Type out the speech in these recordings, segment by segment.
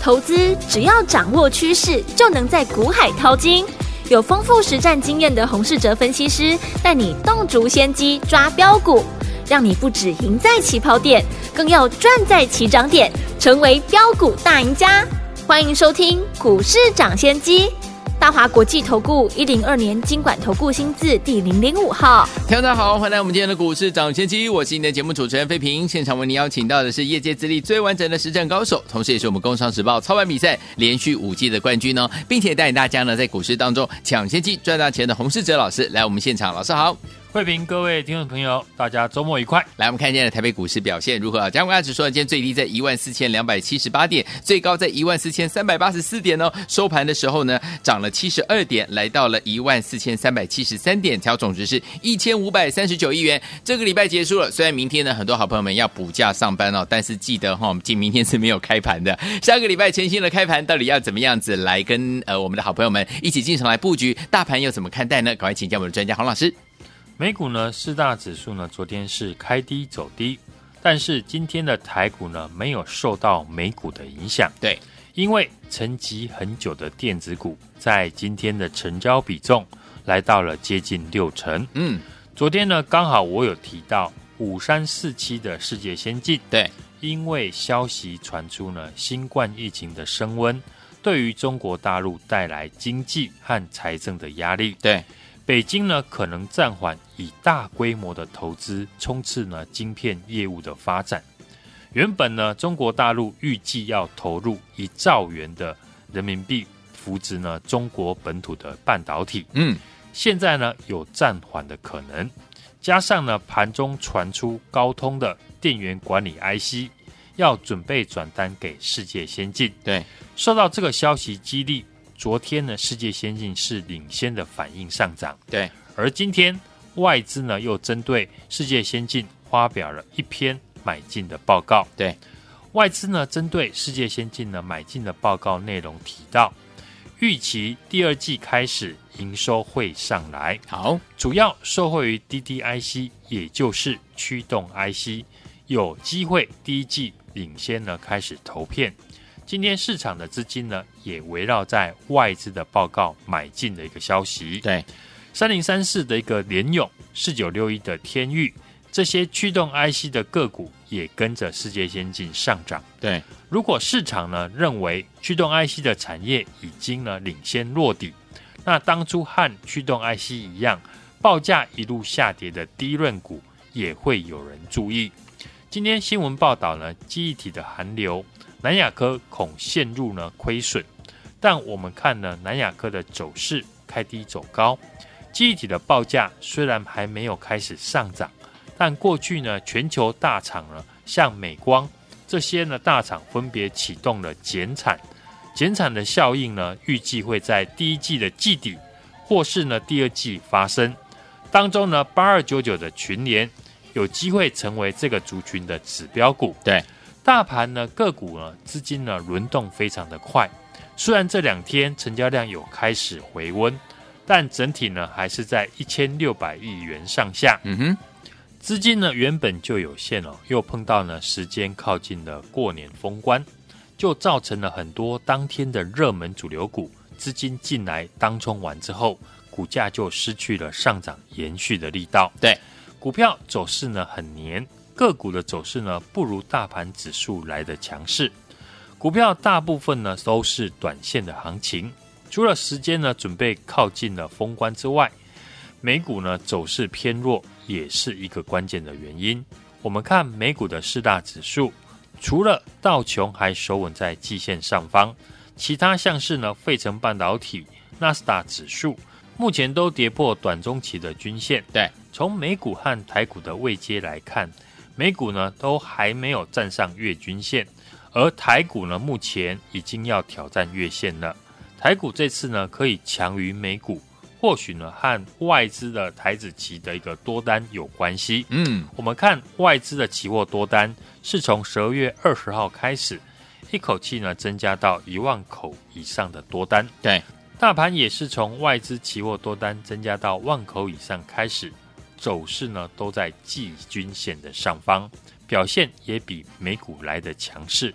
投资只要掌握趋势，就能在股海淘金。有丰富实战经验的洪士哲分析师带你洞烛先机抓标股，让你不只赢在起跑点，更要赚在起涨点，成为标股大赢家。欢迎收听股市涨先机，大华国际投顾102年金管投顾新字第005号。 听众大家好，欢迎来我们今天的股市涨先机，我是你的节目主持人费平。现场为您邀请到的是业界资历最完整的实战高手，同时也是我们工商时报操盘比赛连续5季的冠军哦，并且带领大家呢在股市当中抢先机赚大钱的洪士哲老师来我们现场。老师好。 慧平，各位听众朋友，大家周末愉快。 来，我们看今天的台北股市表现如何？加权指数今天最低在14278点，最高在14384点哦。收盘的时候呢，涨了72点，来到了14373点，调总值是1539亿元。这个礼拜结束了，虽然明天呢很多好朋友们要补假上班哦，但是记得哈，明天是没有开盘的。下个礼拜全新的开盘，到底要怎么样子来跟我们的好朋友们一起进场来布局？大盘又怎么看待呢？赶快请教我们的专家洪老师。 美股呢，4大指数呢，昨天是开低走低，但是今天的台股呢，没有受到美股的影响。 对， 因为沉寂很久的电子股，在今天的成交比重来到了接近60%。昨天呢，刚好我有提到5347的世界先进， 对， 因为消息传出呢，新冠疫情的升温，对于中国大陆带来经济和财政的压力。 对。 北京呢可能暂缓以大规模的投资冲刺呢晶片业务的发展。原本呢中国大陆预计要投入1兆元的人民币扶植呢中国本土的半导体，现在呢有暂缓的可能。加上呢盘中传出高通的电源管理 IC 要准备转单给世界先进， 对， 受到这个消息激励。昨天呢，世界先进是领先的反应上涨， 对， 而今天外资呢又针对世界先进发表了一篇买进的报告， 对， 外资呢针对世界先进呢买进的报告内容提到，预期第2季开始营收会上来， 好， 主要受惠于 DDIC， 也就是驱动 IC， 有机会第1季领先呢开始投片。今天市场的资金呢，也围绕在外资的报告买进的一个消息。 对 ，3034的一个联咏，4961的天钰，这些驱动 IC 的个股也跟着世界先进上涨。 对， 如果市场呢认为驱动 IC 的产业已经呢领先落底，那当初和驱动 IC 一样，报价一路下跌的低润股也会有人注意。今天新闻报道呢，记忆体的寒流。南亚科恐陷入呢亏损，但我们看呢南亚科的走势开低走高，记忆体的报价虽然还没有开始上涨，但过去呢全球大厂呢像美光这些呢大厂分别启动了减产的效应呢，预计会在第1季的季底或是呢第2季发生。当中呢8299的群联有机会成为这个族群的指标股。 对。 大盘呢，个股呢，资金呢轮动非常的快。虽然这2天成交量有开始回温，但整体呢还是在1600亿元上下。资金呢原本就有限哦，又碰到呢时间靠近了过年封关，就造成了很多当天的热门主流股资金进来当冲完之后，股价就失去了上涨延续的力道。 对， 股票走势呢很黏。个股的走势呢，不如大盘指数来的强势。股票大部分呢都是短线的行情，除了时间呢准备靠近了封关之外，美股呢走势偏弱，也是一个关键的原因。我们看美股的4大指数，除了道琼还守稳在季线上方，其他像是呢费城半导体、纳斯达指数，目前都跌破短中期的均线。 对， 从美股和台股的位阶来看。美股呢都还没有站上月均线，而台股呢目前已经要挑战月线了。台股这次呢可以强于美股，或许呢和外资的台指期的一个多单有关系。我们看外资的期货多单是从12月20号开始，一口气呢增加到1万口以上的多单。 对， 大盘也是从外资期货多单增加到1万口以上开始。走势呢都在季均线的上方，表现也比美股来的强势。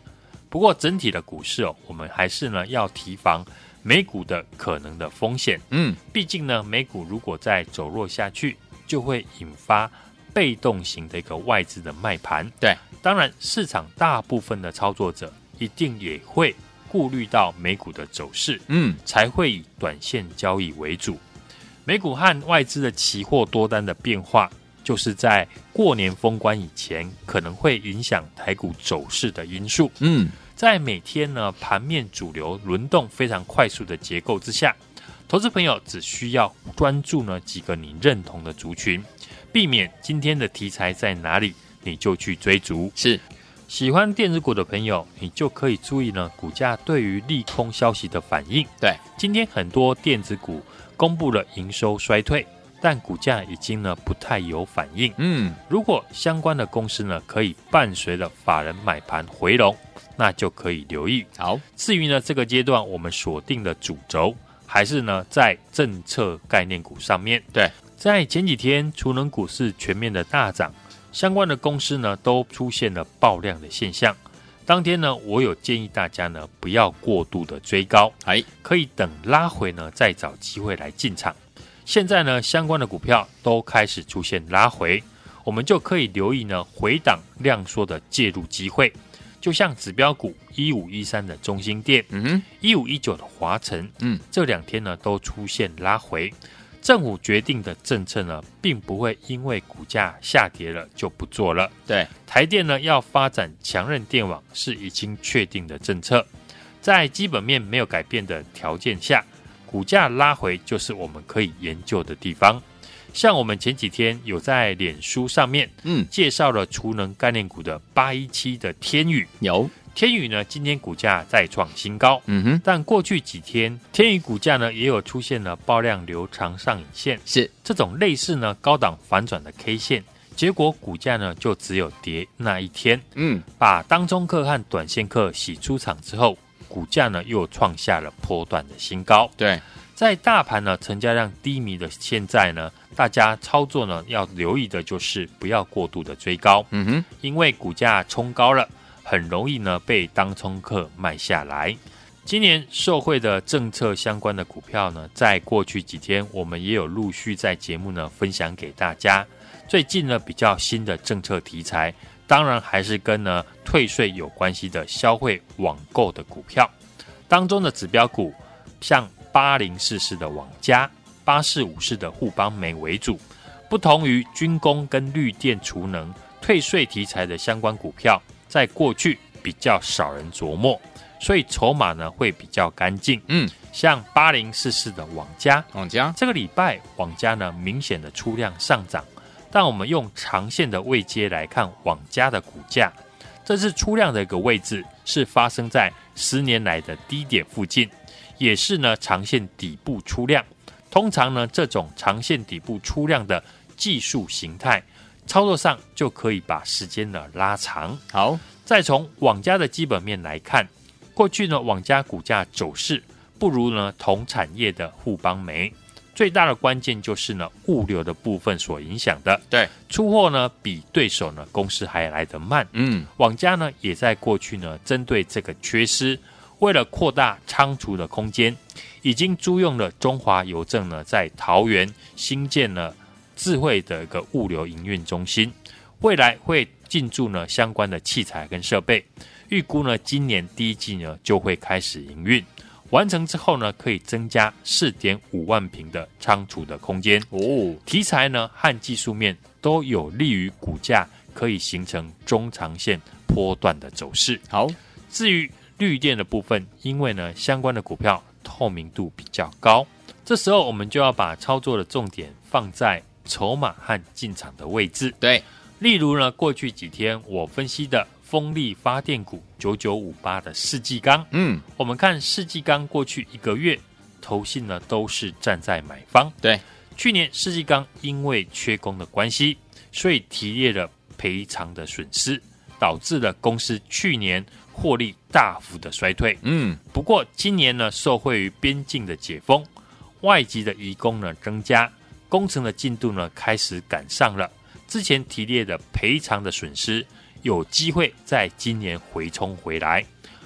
不过整体的股市我们还是呢要提防美股的可能的风险。毕竟呢，美股如果再走弱下去，就会引发被动型的一个外资的卖盘。 对， 当然市场大部分的操作者一定也会顾虑到美股的走势，才会以短线交易为主。美股和外资的期货多单的变化，就是在过年封关以前可能会影响台股走势的因素。在每天呢盘面主流轮动非常快速的结构之下，投资朋友只需要专注呢几个你认同的族群，避免今天的题材在哪里你就去追逐。 是喜欢电子股的朋友，你就可以注意呢股价对于利空消息的反应。 对， 今天很多电子股公布了营收衰退，但股价已经呢不太有反应。如果相关的公司呢可以伴随着法人买盘回笼，那就可以留意。 好， 至于呢这个阶段我们锁定的主轴，还是呢在政策概念股上面。 对， 在前几天储能股是全面的大涨，相关的公司呢都出现了爆量的现象。当天呢，我有建议大家呢不要过度的追高，可以等拉回呢再找机会来进场。现在呢相关的股票都开始出现拉回，我们就可以留意呢回档量缩的介入机会。就像指标股1513的中兴电，1519的华城，这两天呢都出现拉回。政府决定的政策呢，并不会因为股价下跌了就不做了。 对， 台电呢要发展强韧电网是已经确定的政策，在基本面没有改变的条件下，股价拉回就是我们可以研究的地方。像我们前几天有在脸书上面介绍了储能概念股的817的天宇，天宇呢今天股价再创新高，但过去几天天宇股价呢也有出现了爆量留长上影线，是这种类似呢高档反转的 K 线，结果股价呢就只有跌那一天，把当中客和短线客洗出场之后，股价呢又创下了波段的新高。 对， 在大盘呢成交量低迷的现在呢，大家操作呢要留意的就是不要过度的追高，因为股价冲高了，很容易呢被当冲客卖下来。今年受惠的政策相关的股票呢，在过去几天我们也有陆续在节目呢分享给大家。最近呢比较新的政策题材，当然还是跟呢退税有关系的消费网购的股票当中的指标股，像8044的网家、8454的富邦媒为主。不同于军工跟绿电储能退税题材的相关股票，在过去比较少人琢磨，所以筹码呢会比较干净。像8044的网家这个礼拜网家呢明显的出量上涨，但我们用长线的位阶来看网家的股价，这次出量的一个位置是发生在10年来的低点附近，也是呢长线底部出量。通常呢这种长线底部出量的技术形态，操作上就可以把时间呢拉长。好，再从网家的基本面来看，过去呢网家股价走势不如呢同产业的富邦媒，最大的关键就是呢物流的部分所影响的。对，出货呢比对手呢公司还来得慢。网家呢也在过去呢针对这个缺失，为了扩大仓储的空间，已经租用了中华邮政呢在桃园新建了智慧的一个物流营运中心，未来会进驻呢相关的器材跟设备，预估呢今年第一季呢就会开始营运，完成之后呢可以增加 4.5 万平的仓储的空间。题材呢和技术面都有利于股价可以形成中长线波段的走势。好，至于绿电的部分，因为呢相关的股票透明度比较高，这时候我们就要把操作的重点放在筹码和进场的位置。对，例如呢过去几天我分析的风力发电股9958的世纪钢，我们看世纪钢过去1个月投信呢都是站在买方。对，去年世纪钢因为缺工的关系，所以提列了赔偿的损失，导致了公司去年获利大幅的衰退。不过今年呢受惠于边境的解封，外籍的移工呢增加，工程的进度呢开始赶上了，之前提列的赔偿的损失有机会在今年回冲回来。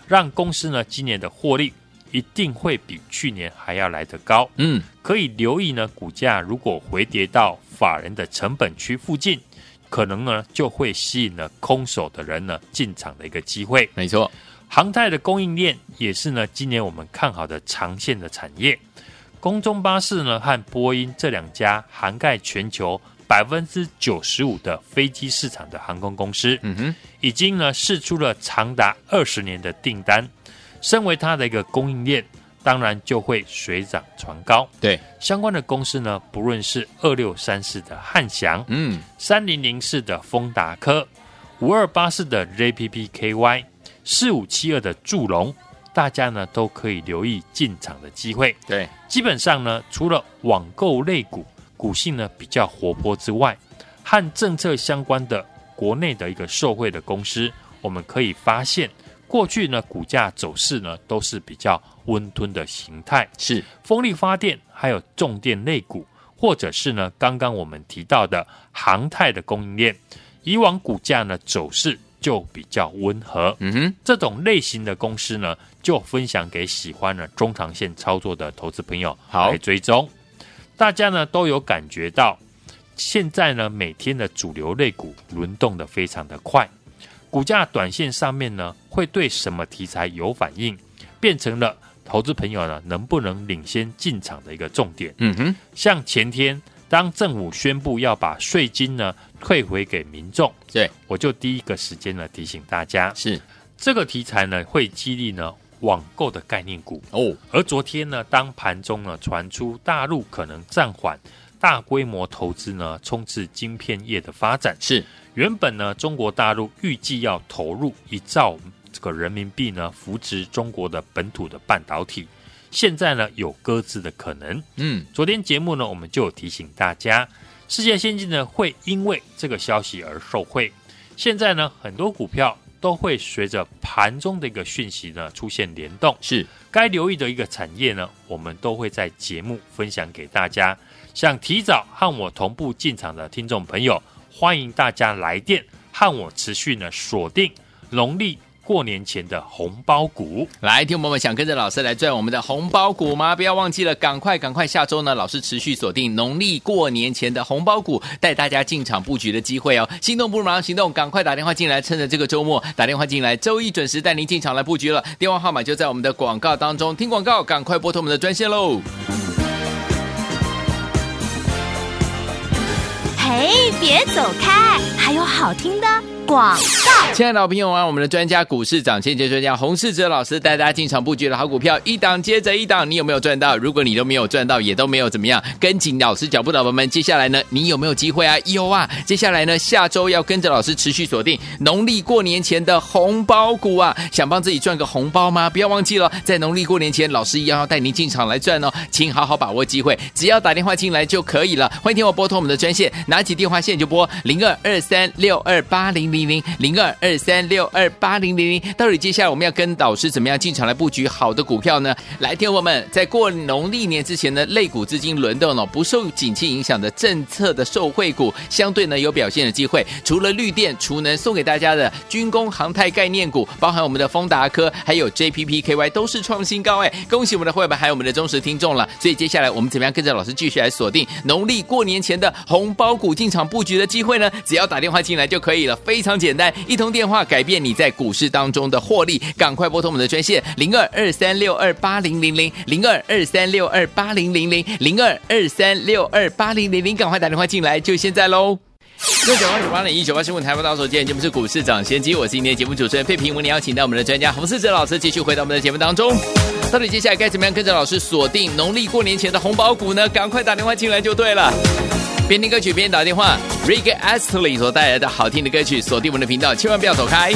让公司呢今年的获利一定会比去年还要来得高。可以留意呢，股价如果回跌到法人的成本区附近，可能呢就会吸引了空手的人呢进场的一个机会。 没错， 航太的供应链也是呢今年我们看好的长线的产业。空中巴士呢和波音这两家涵盖全球95%的飞机市场的航空公司，已经呢释出了长达20年的订单。身为它的一个供应链，当然就会水涨船高。 对， 相关的公司呢，不论是2634的汉翔，3004的丰达科，5284的 JPPKY， 4572的祝融，大家呢都可以留意进场的机会。 对， 基本上呢，除了网购类股股性呢比较活泼之外，和政策相关的国内的一个受惠的公司，我们可以发现，过去呢股价走势呢都是比较温吞的形态， 是风力发电还有重电类股，或者是呢刚刚我们提到的航太的供应链，以往股价呢走势就比较温和。这种类型的公司呢，就分享给喜欢呢中长线操作的投资朋友来追踪。大家呢都有感觉到，现在呢每天的主流类股轮动的非常的快，股价短线上面呢会对什么题材有反应，变成了投资朋友呢能不能领先进场的一个重点。像前天当政府宣布要把税金呢退回给民众， 对， 我就第一个时间呢提醒大家， 是这个题材呢会激励呢网购的概念股哦。 而昨天呢，当盘中呢传出大陆可能暂缓大规模投资呢，冲刺晶片业的发展， 是原本呢中国大陆预计要投入1兆这个人民币呢，扶持中国的本土的半导体，现在呢有搁置的可能。昨天节目呢我们就有提醒大家，世界先进呢会因为这个消息而受惠，现在呢很多股票都会随着盘中的一个讯息呢出现联动， 是该留意的一个产业呢，我们都会在节目分享给大家。想提早和我同步进场的听众朋友，欢迎大家来电和我持续呢锁定农历过年前的红包股。 来，听众朋友们想跟着老师来赚我们的红包股吗？不要忘记了，赶快下周呢，老师持续锁定农历过年前的红包股，带大家进场布局的机会哦。心动不如马上行动，赶快打电话进来，趁着这个周末打电话进来，周一准时带您进场来布局了。电话号码就在我们的广告当中，听广告赶快拨通我们的专线喽。 嘿，别走开，还有好听的广告。 亲爱的老朋友啊，我们的专家股市涨先见专家洪士哲老师带大家进场布局的好股票，一档接着一档，你有没有赚到？如果你都没有赚到，也都没有怎么样跟紧老师脚步的宝宝们，接下来呢，你有没有机会啊？有啊！接下来呢，下周要跟着老师持续锁定农历过年前的红包股啊！想帮自己赚个红包吗？不要忘记了，在农历过年前，老师一样要带您进场来赚哦，请好好把握机会，只要打电话进来就可以了。欢迎听我拨通我们的专线，拿起电话线就拨02236280000223628000。到底接下来我们要跟老师怎么样进场来布局好的股票呢？来，听我们在过农历年之前呢，类股资金轮动不受景气影响的政策的受惠股，相对呢有表现的机会。除了绿电、储能送给大家的军工、航太概念股，包含我们的丰达科还有 JPPKY 都是创新高恭喜我们的会员还有我们的忠实听众了。所以接下来我们怎么样跟着老师继续来锁定农历过年前的红包股进场布局的机会呢？只要打电话进来就可以了，非常简单，一通电话改变你在股市当中的获利。赶快拨通我们的专线022362800002236280000223628000，赶快打电话进来，就现在喽。698-981-98新闻台湾到手，今天节目是股市涨先机，我是今天节目主持人费平，我们邀请到我们的专家洪士哲老师继续回到我们的节目当中。到底接下来该怎么样跟着老师锁定农历过年前的红包股呢？赶快打电话进来就对了。边听歌曲边打电话 ，Rick Astley 所带来的好听的歌曲，锁定我们的频道，千万不要走开。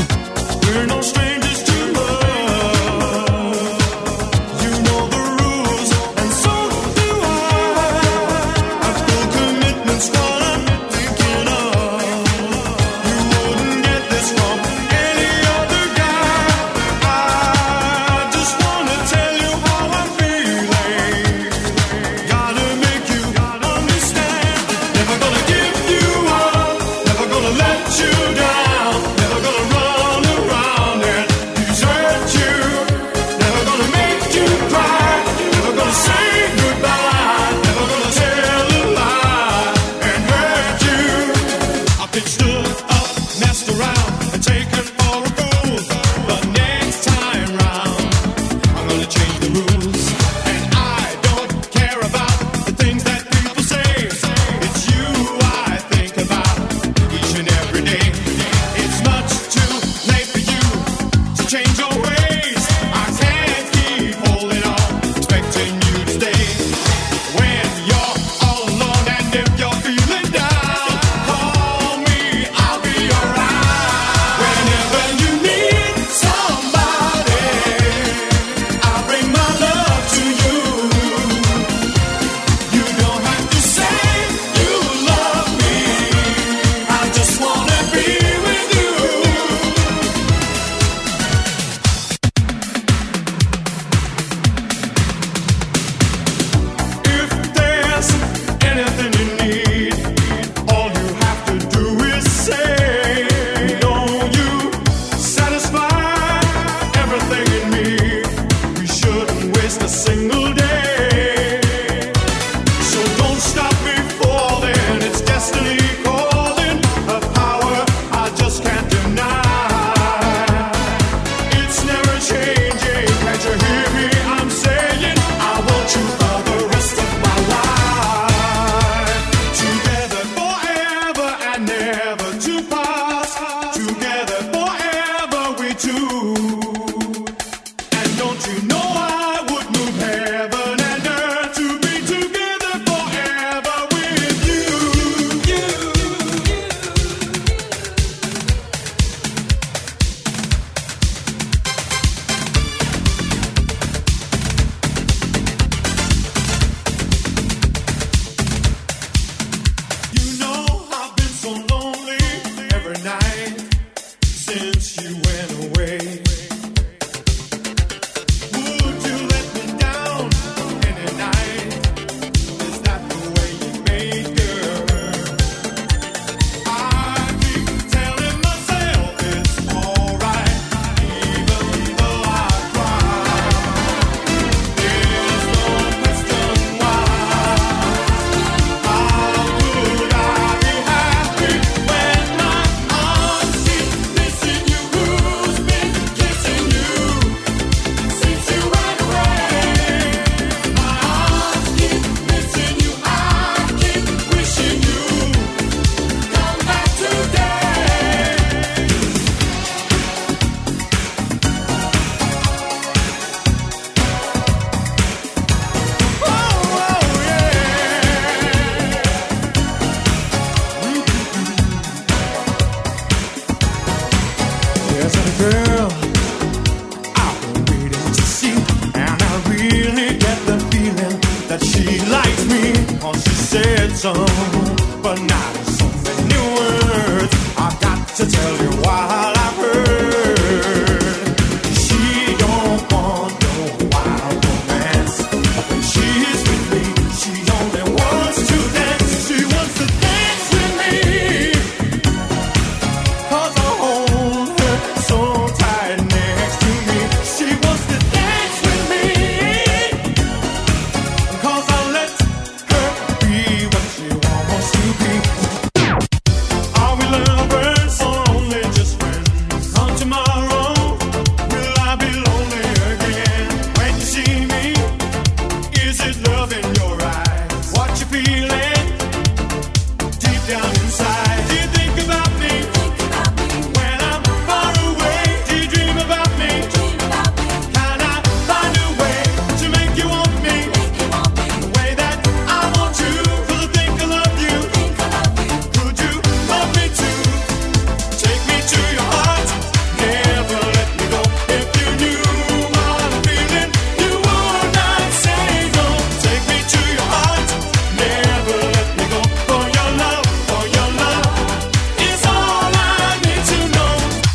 Let you down, never gonna run around and But not in so many words. I've got to tell you while I've heard she don't want no wild romance. When she's with me, she only wants to dance. She wants to dance with me, 'cause I hold her so tight next to me. She wants to dance with me, 'cause I let her be what she wants to be. Are we lovers or only just friends? On tomorrow, will I be lonely again? When you see me, is it love in your eyes? What you feeling deep down inside? Do you think about me when I'm far away? Do you dream about me? Can I find a way to make you want me the way that I want you? 'Cause I think I love you. Could you love me too? Take me to your heart, never let me go. If you knew what I'm feeling, you would not say no. Take me to your heart, never let me go. For your love is all I need to know.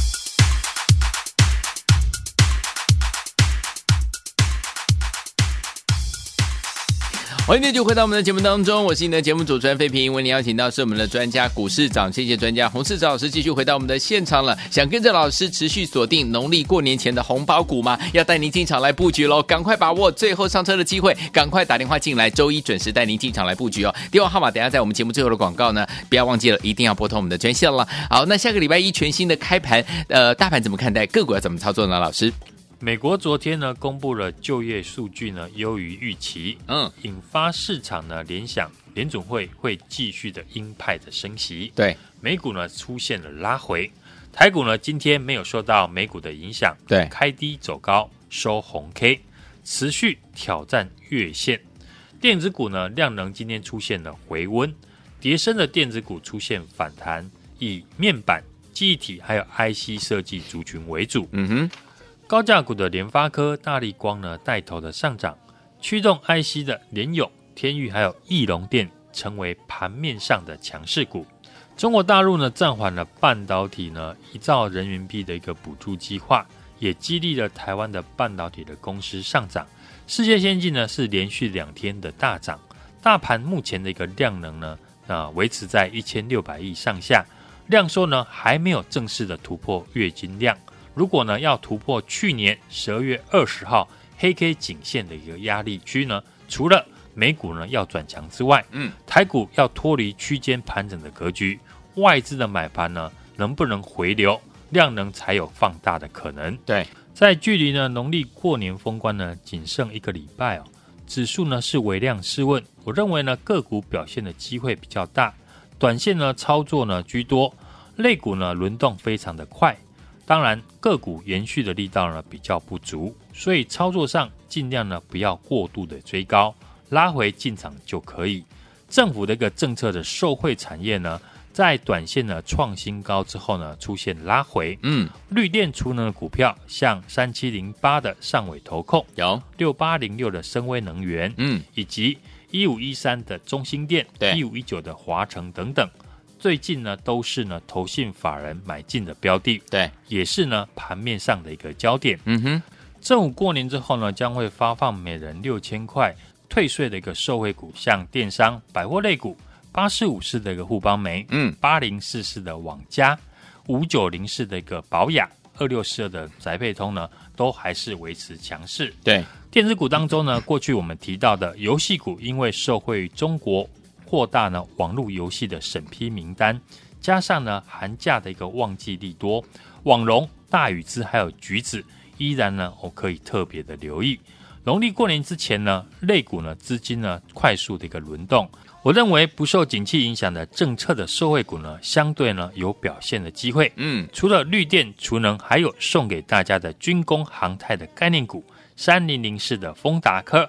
欢迎继续回到我们的节目当中，我是你的节目主持人费平。为您邀请到是我们的专家股市长，谢谢专家洪世哲老师继续回到我们的现场了。想跟着老师持续锁定农历过年前的红包股吗？要带您进场来布局喽，赶快把握最后上车的机会，赶快打电话进来，周一准时带您进场来布局哦。电话号码等一下在我们节目最后的广告呢，不要忘记了，一定要拨通我们的专线了。好，那下个礼拜一全新的开盘，大盘怎么看待？个股要怎么操作呢？老师？ 美国昨天呢公布了就业数据呢优于预期，引发市场呢联想联准会会继续的鹰派的升息， 对， 美股呢出现了拉回，台股呢今天没有受到美股的影响， 对， 开低走高收红 K， 持续挑战月线。电子股呢量能今天出现了回温，跌深的电子股出现反弹，以面板、记忆体还有 IC 设计族群为主。高价股的联发科、大立光呢带头的上涨，驱动 IC 的联咏、天钰还有翼龙电成为盘面上的强势股。中国大陆呢暂缓了半导体呢1兆人民币的一个补助计划，也激励了台湾的半导体的公司上涨。世界先进呢是连续2天的大涨，大盘目前的一个量能呢维持在1600亿上下，量缩呢还没有正式的突破月均量。如果呢要突破去年12月20号黑 K 颈线的一个压力区呢，除了美股呢要转强之外，台股要脱离区间盘整的格局，外资的买盘呢能不能回流，量能才有放大的可能。 对， 在距离呢农历过年封关呢仅剩1个礼拜哦，指数呢是微量试问，我认为呢个股表现的机会比较大，短线呢操作呢居多，类股呢轮动非常的快。当然个股延续的力道呢比较不足， 所以操作上尽量呢不要过度的追高，拉回进场就可以。政府的一个政策的受惠产业呢，在短线呢创新高之后呢出现拉回。绿电储能的股票，像3708的上尾投控， 有 6806的深威能源，以及1513的中兴电，1519的华城等等，最近呢都是呢投信法人买进的标的， 对， 也是呢盘面上的一个焦点。正午过年之后呢，将会发放每人6000块退税的一个受惠股，像电商、百货类股，8454的一个富邦媒，8044的网家，5904的一个宝雅，2642的宅配通呢，都还是维持强势。 对， 电子股当中呢，过去我们提到的游戏股，因为受惠于中国扩大呢网络游戏的审批名单，加上呢寒假的一个旺季利多，网龙、大宇资还有橘子，依然呢可以特别的留意。农历过年之前呢，类股呢资金呢快速的一个轮动，我认为不受景气影响的政策的受惠股呢，相对呢有表现的机会。除了绿电、储能，还有送给大家的军工航太的概念股，3004的丰达科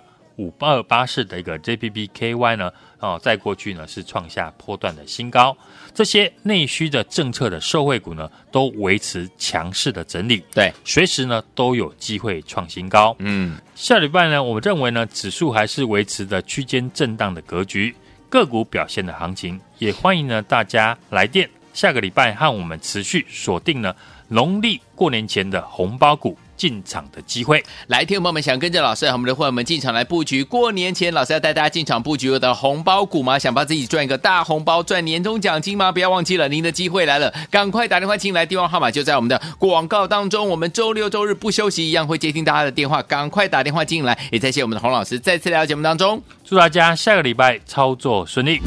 ，5284的一个 JPPKY 呢，在过去呢是创下波段的新高。这些内需的政策的受惠股呢，都维持强势的整理， 对， 随时呢都有机会创新高。下礼拜呢，我认为呢指数还是维持的区间震荡的格局，个股表现的行情，也欢迎呢大家来电。下个礼拜和我们持续锁定呢农历过年前的红包股进场的机会。 来，听众朋友们想跟着老师和我们的伙伴们进场来布局过年前老师要带大家进场布局的红包股吗？想帮自己赚一个大红包，赚年终奖金吗？不要忘记了，您的机会来了，赶快打电话进来，电话号码就在我们的广告当中。我们周六周日不休息，一样会接听大家的电话，赶快打电话进来。也再谢我们的洪老师再次来到节目当中， 祝大家下个礼拜操作顺利。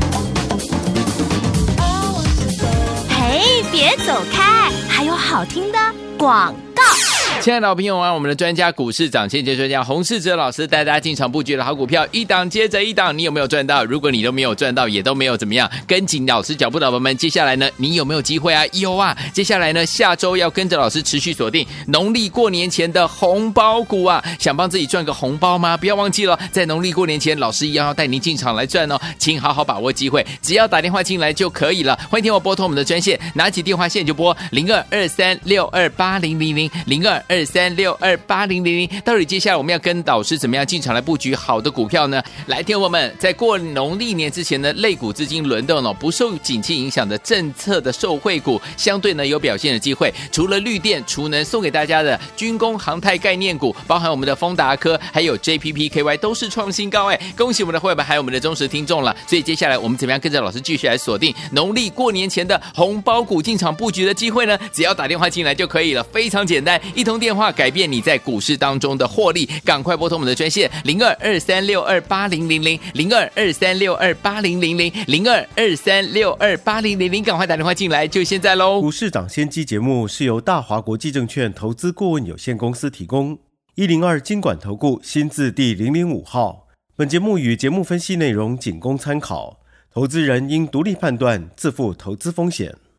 嘿，别走开，还有好听的广告。 亲爱的老朋友啊，我们的专家股市涨先见专家洪士哲老师带大家进场布局的好股票，一档接着一档，你有没有赚到？如果你都没有赚到，也都没有怎么样，跟紧老师脚步的宝宝们，接下来呢，你有没有机会啊？有啊！接下来呢，下周要跟着老师持续锁定农历过年前的红包股啊！想帮自己赚个红包吗？不要忘记了，在农历过年前，老师一样要带您进场来赚哦，请好好把握机会，只要打电话进来就可以了。欢迎听我拨通我们的专线，拿起电话线就拨02236280000223628000。到底接下来我们要跟导师怎么样进场来布局好的股票呢？来，听我们在过农历年之前呢，类股资金轮动不受景气影响的政策的受惠股，相对呢有表现的机会。除了绿电、储能送给大家的军工航太概念股，包含我们的丰达科还有 JPPKY 都是创新高恭喜我们的会员还有我们的忠实听众了。所以接下来我们怎么样跟着老师继续来锁定农历过年前的红包股进场布局的机会呢？只要打电话进来就可以了，非常简单，一通电话改变你在股市当中的获利。赶快拨通我们的专线022362800002236280000223628000，赶快打电话进来，就现在喽！ 股市涨先机节目是由大华国际证券投资顾问有限公司提供，102金管投顾新字第005号。本节目与节目分析内容仅供参考，投资人应独立判断，自负投资风险。